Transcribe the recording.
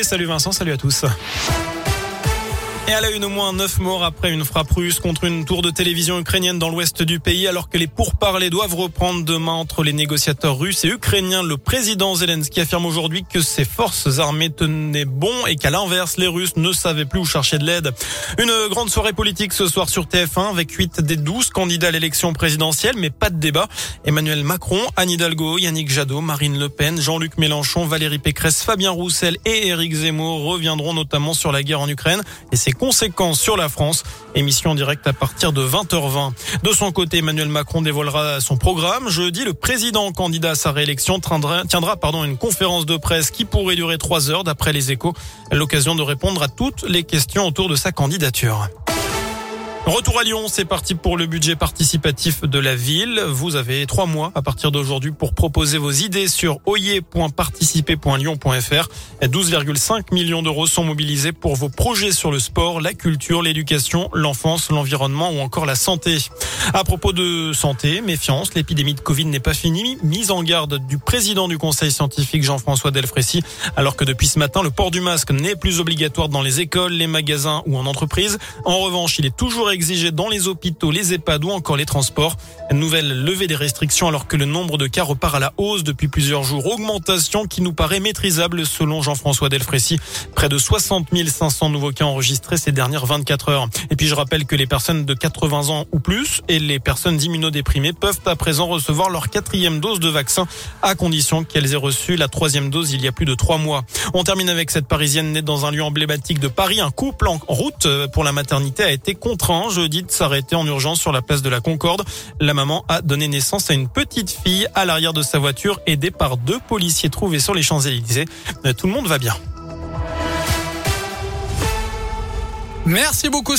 salut Vincent, salut à tous. Et à la une, au moins 9 morts après une frappe russe contre une tour de télévision ukrainienne dans l'ouest du pays, alors que les pourparlers doivent reprendre demain entre les négociateurs russes et ukrainiens. Le président Zelensky affirme aujourd'hui que ses forces armées tenaient bon et qu'à l'inverse, les Russes ne savaient plus où chercher de l'aide. Une grande soirée politique ce soir sur TF1 avec 8 des 12 candidats à l'élection présidentielle, mais pas de débat. Emmanuel Macron, Anne Hidalgo, Yannick Jadot, Marine Le Pen, Jean-Luc Mélenchon, Valérie Pécresse, Fabien Roussel et Éric Zemmour reviendront notamment sur la guerre en Ukraine et ses conséquences sur la France. Émission en direct à partir de 20h20. De son côté, Emmanuel Macron dévoilera son programme. Jeudi, le président candidat à sa réélection tiendra une conférence de presse qui pourrait durer 3 heures d'après les Échos. L'occasion de répondre à toutes les questions autour de sa candidature. Retour à Lyon, c'est parti pour le budget participatif de la ville. Vous avez 3 mois à partir d'aujourd'hui pour proposer vos idées sur oyer.participer.lyon.fr. 12,5 millions d'euros sont mobilisés pour vos projets sur le sport, la culture, l'éducation, l'enfance, l'environnement ou encore la santé. À propos de santé, méfiance, l'épidémie de Covid n'est pas finie. Mise en garde du président du conseil scientifique Jean-François Delfrécy, alors que depuis ce matin, le port du masque n'est plus obligatoire dans les écoles, les magasins ou en entreprise. En revanche, il est toujours exigé dans les hôpitaux, les EHPAD ou encore les transports. Nouvelle levée des restrictions alors que le nombre de cas repart à la hausse depuis plusieurs jours. Augmentation qui nous paraît maîtrisable selon Jean-François Delfrécy. Près de 60 500 nouveaux cas enregistrés ces dernières 24 heures. Et puis je rappelle que les personnes de 80 ans ou plus et les personnes immunodéprimées peuvent à présent recevoir leur 4e dose de vaccin à condition qu'elles aient reçu la 3e dose il y a plus de 3 mois. On termine avec cette Parisienne née dans un lieu emblématique de Paris. Un couple en route pour la maternité a été contraint jeudi de s'arrêter en urgence sur la place de la Concorde. La maman a donné naissance à une petite fille à l'arrière de sa voiture, aidée par 2 policiers trouvés sur les Champs-Élysées. Tout le monde va bien. Merci beaucoup.